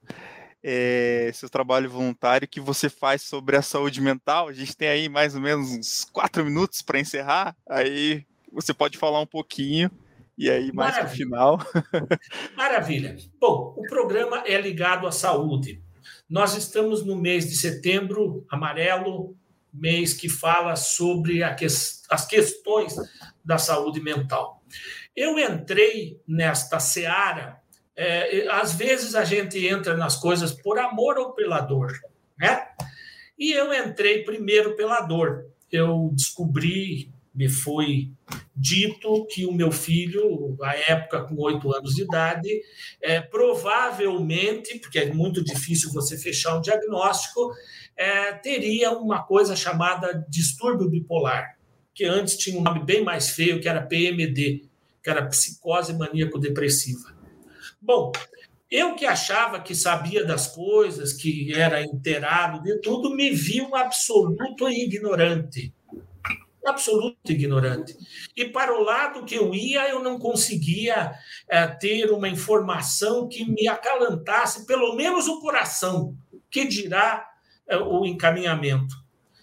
que você faz sobre a saúde mental. A gente tem aí mais ou menos uns 4 minutos para encerrar, aí você pode falar um pouquinho, e aí mais no final. Maravilha. Bom, o programa é ligado à saúde. Nós estamos no mês de setembro amarelo, mês que fala sobre as questões da saúde mental. Eu entrei nesta seara, às vezes a gente entra nas coisas por amor ou pela dor, né? E eu entrei primeiro pela dor. Eu descobri, me foi dito que o meu filho, à época com 8 anos de idade, provavelmente, porque é muito difícil você fechar um diagnóstico, teria uma coisa chamada distúrbio bipolar, que antes tinha um nome bem mais feio, que era PMD, que era psicose maníaco-depressiva. Bom, eu que achava que sabia das coisas, que era inteirado de tudo, me vi um absoluto ignorante. Absoluto ignorante. E para o lado que eu ia, eu não conseguia ter uma informação que me acalantasse, pelo menos o coração, que dirá o encaminhamento.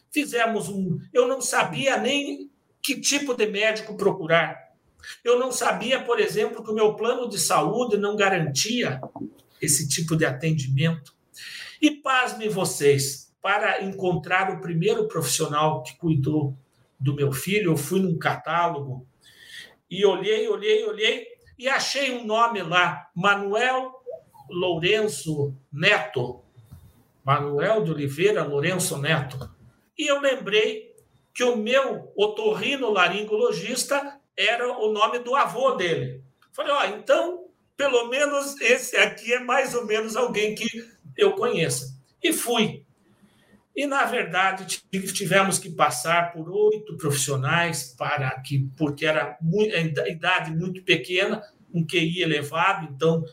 Eu não sabia nem que tipo de médico procurar. Eu não sabia, por exemplo, que o meu plano de saúde não garantia esse tipo de atendimento. E pasmem vocês, para encontrar o primeiro profissional que cuidou do meu filho, eu fui num catálogo e olhei e achei um nome lá, Manuel Lourenço Neto. Manuel de Oliveira Lourenço Neto. E eu lembrei que o meu otorrinolaringologista era o nome do avô dele. Falei, então, pelo menos esse aqui é mais ou menos alguém que eu conheça. E fui. E, na verdade, tivemos que passar por 8 profissionais, porque era a idade muito pequena, um QI elevado, então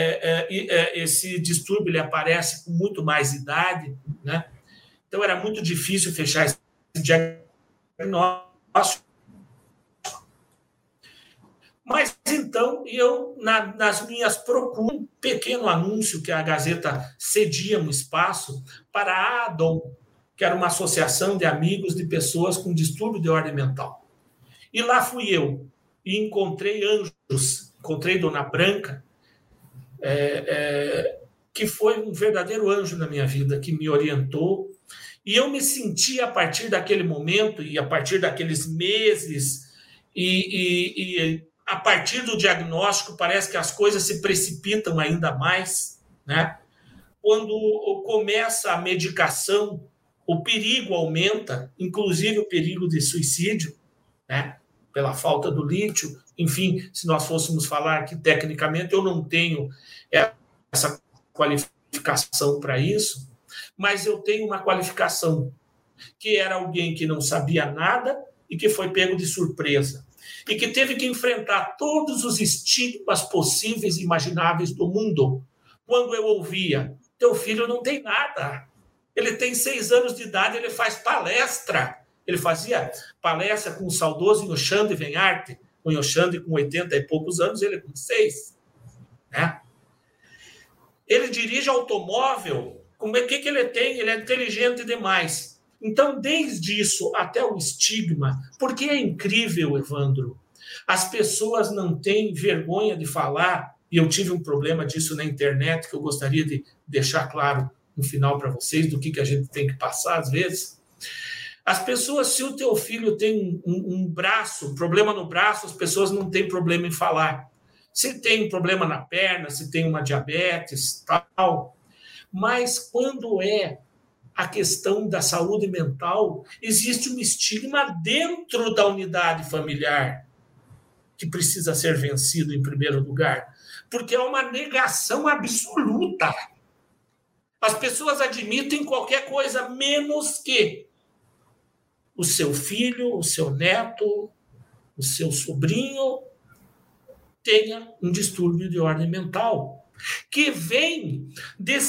esse distúrbio ele aparece com muito mais idade, né? Então era muito difícil fechar esse diagnóstico. Mas então eu, nas minhas procuras, um pequeno anúncio que a Gazeta cedia um espaço para a ADOM, que era uma associação de amigos de pessoas com distúrbio de ordem mental. E lá fui eu, e encontrei anjos, encontrei Dona Branca, que foi um verdadeiro anjo na minha vida, que me orientou, e eu me senti, a partir daquele momento, e a partir daqueles meses, e a partir do diagnóstico, parece que as coisas se precipitam ainda mais, né? Quando começa a medicação, o perigo aumenta, inclusive o perigo de suicídio, né? Pela falta do lítio. Enfim, se nós fôssemos falar que, tecnicamente, eu não tenho essa qualificação para isso, mas eu tenho uma qualificação, que era alguém que não sabia nada e que foi pego de surpresa, e que teve que enfrentar todos os estigmas possíveis e imagináveis do mundo. Quando eu ouvia, teu filho não tem nada, ele tem 6 anos de idade, ele faz palestra. Ele fazia palestra com o saudoso Inhoxande Venharte, o Inhoxande com 80 e poucos anos, ele com 6. Né? Ele dirige automóvel, como que ele tem? Ele é inteligente demais. Então, desde isso até o estigma, porque é incrível, Evandro, as pessoas não têm vergonha de falar, e eu tive um problema disso na internet, que eu gostaria de deixar claro no final para vocês, do que a gente tem que passar às vezes. As pessoas, se o teu filho tem um braço, problema no braço, as pessoas não têm problema em falar. Se tem um problema na perna, se tem uma diabetes, tal. Mas quando é a questão da saúde mental, existe um estigma dentro da unidade familiar que precisa ser vencido em primeiro lugar, porque é uma negação absoluta. As pessoas admitem qualquer coisa menos que o seu filho, o seu neto, o seu sobrinho tenha um distúrbio de ordem mental, que vem de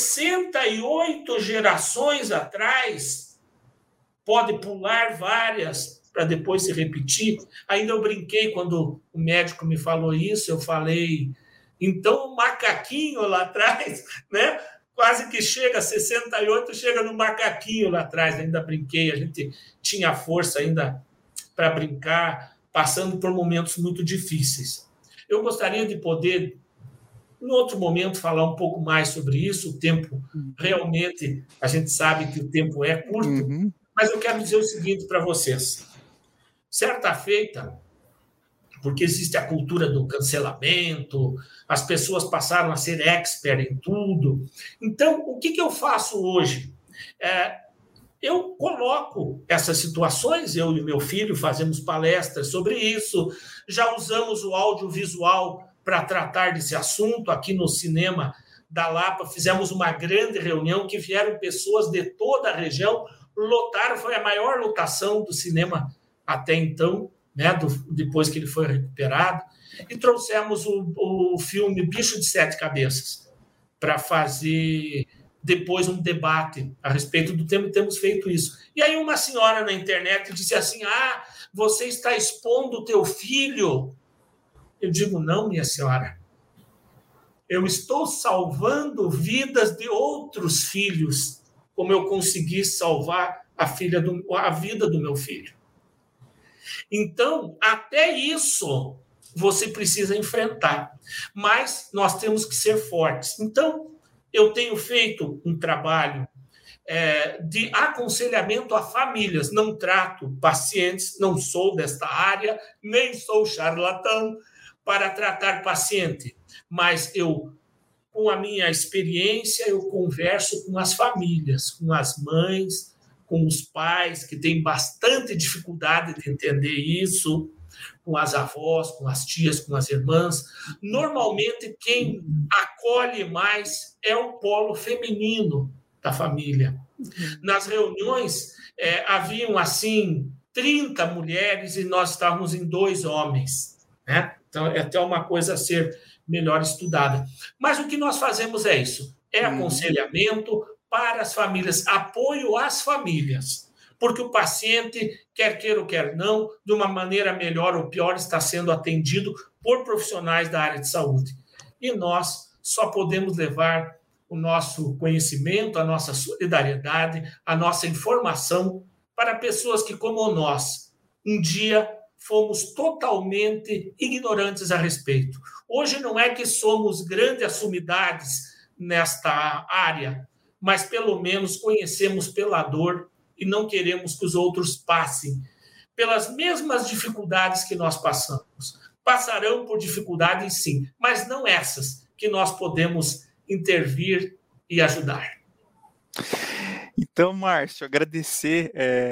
68 gerações atrás, pode pular várias para depois se repetir. Ainda eu brinquei quando o médico me falou isso, eu falei, então o macaquinho lá atrás, né? Quase que chega, 68, chega no macaquinho lá atrás, ainda brinquei, a gente tinha força ainda para brincar, passando por momentos muito difíceis. Eu gostaria de poder, em outro momento, falar um pouco mais sobre isso, o tempo realmente, a gente sabe que o tempo é curto, mas eu quero dizer o seguinte para vocês. Certa feita, porque existe a cultura do cancelamento, as pessoas passaram a ser expert em tudo. Então, o que eu faço hoje? Eu coloco essas situações, eu e meu filho fazemos palestras sobre isso, já usamos o audiovisual para tratar desse assunto. Aqui no cinema da Lapa fizemos uma grande reunião que vieram pessoas de toda a região, lotaram, foi a maior lotação do cinema até então, né, depois que ele foi recuperado, e trouxemos o filme Bicho de Sete Cabeças para fazer depois um debate a respeito do tema, e temos feito isso. E aí uma senhora na internet disse assim, você está expondo o teu filho? Eu digo, não, minha senhora, eu estou salvando vidas de outros filhos, como eu consegui salvar a vida do meu filho. Então, até isso você precisa enfrentar, mas nós temos que ser fortes. Então, eu tenho feito um trabalho de aconselhamento a famílias, não trato pacientes, não sou desta área, nem sou charlatão para tratar paciente, mas com a minha experiência, eu converso com as famílias, com as mães, com os pais que têm bastante dificuldade de entender isso, com as avós, com as tias, com as irmãs. Normalmente, quem acolhe mais é o polo feminino da família. Nas reuniões, haviam, assim, 30 mulheres e nós estávamos em 2 homens, né? Então, é até uma coisa a ser melhor estudada. Mas o que nós fazemos é isso, aconselhamento para as famílias, apoio às famílias, porque o paciente, quer queira ou quer não, de uma maneira melhor ou pior, está sendo atendido por profissionais da área de saúde. E nós só podemos levar o nosso conhecimento, a nossa solidariedade, a nossa informação para pessoas que, como nós, um dia fomos totalmente ignorantes a respeito. Hoje não é que somos grandes sumidades nesta área, mas pelo menos conhecemos pela dor e não queremos que os outros passem pelas mesmas dificuldades que nós passamos. Passarão por dificuldades, sim, mas não essas que nós podemos intervir e ajudar. Então, Márcio, agradecer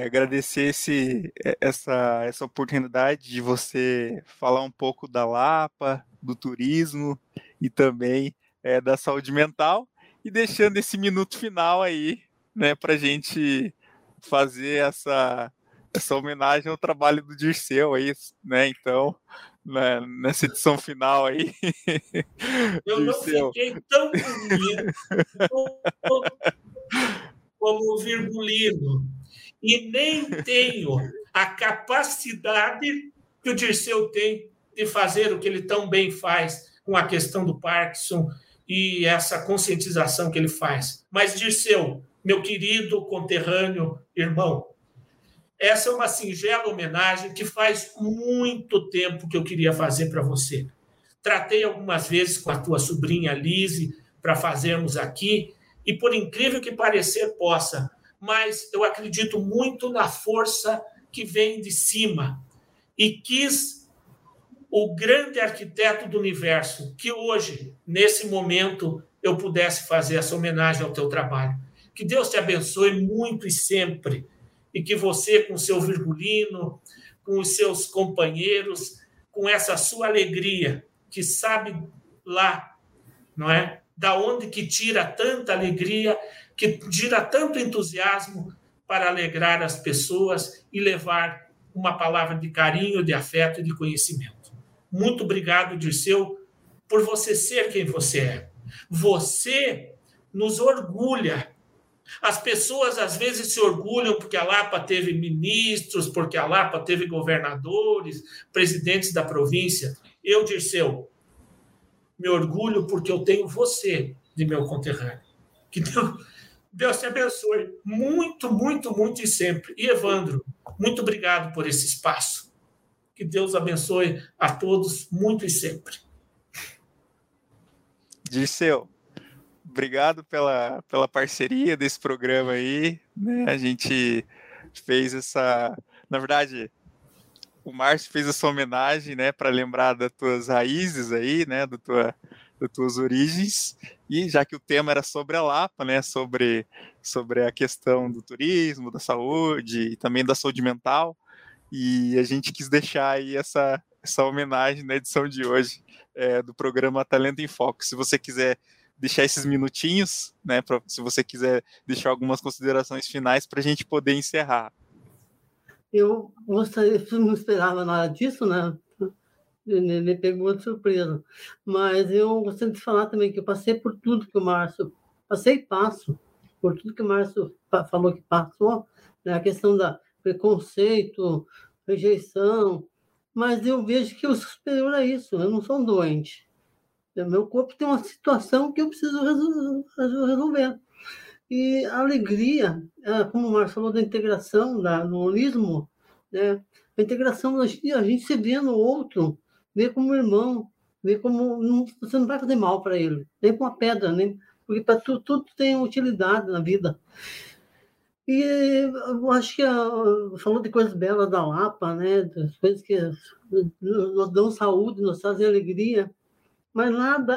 essa oportunidade de você falar um pouco da Lapa, do turismo e também da saúde mental, e deixando esse minuto final aí, né, para a gente fazer essa homenagem ao trabalho do Dirceu aí, né? Então, né, nessa edição final aí. Eu Dirceu. Não fiquei tão bonito como o Virgulino, e nem tenho a capacidade que o Dirceu tem de fazer o que ele tão bem faz com a questão do Parkinson e essa conscientização que ele faz. Mas, Dirceu, meu querido conterrâneo, irmão, essa é uma singela homenagem que faz muito tempo que eu queria fazer para você. Tratei algumas vezes com a tua sobrinha Lise para fazermos aqui, e por incrível que parecer possa, mas eu acredito muito na força que vem de cima. E quis o grande arquiteto do universo que hoje, nesse momento, eu pudesse fazer essa homenagem ao teu trabalho. Que Deus te abençoe muito e sempre. E que você, com o seu Virgulino, com os seus companheiros, com essa sua alegria, que sabe lá, não é? Da onde que tira tanta alegria, que tira tanto entusiasmo para alegrar as pessoas e levar uma palavra de carinho, de afeto e de conhecimento. Muito obrigado, Dirceu, por você ser quem você é. Você nos orgulha. As pessoas, às vezes, se orgulham porque a Lapa teve ministros, porque a Lapa teve governadores, presidentes da província. Eu, Dirceu, me orgulho porque eu tenho você de meu conterrâneo. Que Deus te abençoe muito, muito, muito e sempre. E, Evandro, muito obrigado por esse espaço. Que Deus abençoe a todos muito e sempre. Dirceu, obrigado pela parceria desse programa aí, né? A gente fez essa... Na verdade, o Márcio fez essa homenagem, né, para lembrar das tuas raízes aí, né, das tuas origens, e já que o tema era sobre a Lapa, né, sobre a questão do turismo, da saúde e também da saúde mental, e a gente quis deixar aí essa homenagem na edição de hoje do programa Talento em Foco. Se você quiser deixar esses minutinhos, né, se você quiser deixar algumas considerações finais para a gente poder encerrar. Eu não esperava nada disso, né? Me pegou de surpresa. Mas eu gostaria de falar também que eu passei por tudo que o Márcio... Passei e passo por tudo que o Márcio falou que passou, né? A questão da preconceito, rejeição, mas eu vejo que eu sou superior a isso, eu não sou um doente. Meu corpo tem uma situação que eu preciso resolver. E a alegria, como o Márcio falou da integração, do holismo, né? A integração, a gente se vê no outro, vê como irmão, vê como... Você não vai fazer mal para ele, nem com uma pedra, nem, porque para tudo tem utilidade na vida. E eu acho que falou de coisas belas da Lapa, né? Das coisas que nos dão saúde, nos trazem alegria, mas nada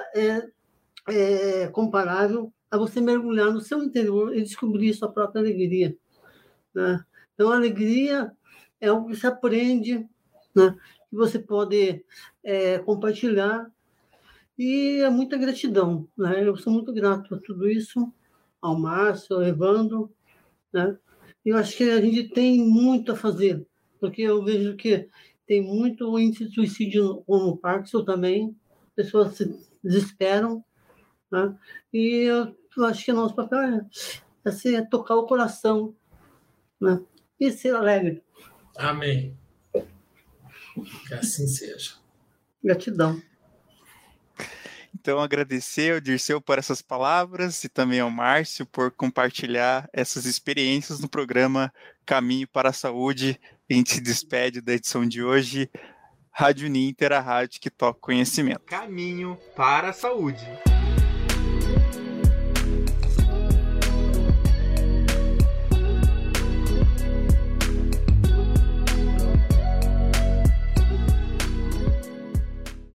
é comparável a você mergulhar no seu interior e descobrir sua própria alegria, né? Então, a alegria é algo que se aprende, né? Que você pode compartilhar, e é muita gratidão, né? Eu sou muito grato a tudo isso, ao Márcio, ao Evandro, né? Eu acho que a gente tem muito a fazer, porque eu vejo que tem muito índice de suicídio no Parkinson também, pessoas se desesperam, né? E eu acho que o nosso papel é tocar o coração, né? E ser alegre. Amém. Que assim seja. Gratidão. Então, agradecer ao Dirceu por essas palavras e também ao Márcio por compartilhar essas experiências no programa Caminho para a Saúde. A gente se despede da edição de hoje. Rádio Ninter, a rádio que toca conhecimento. Caminho para a Saúde.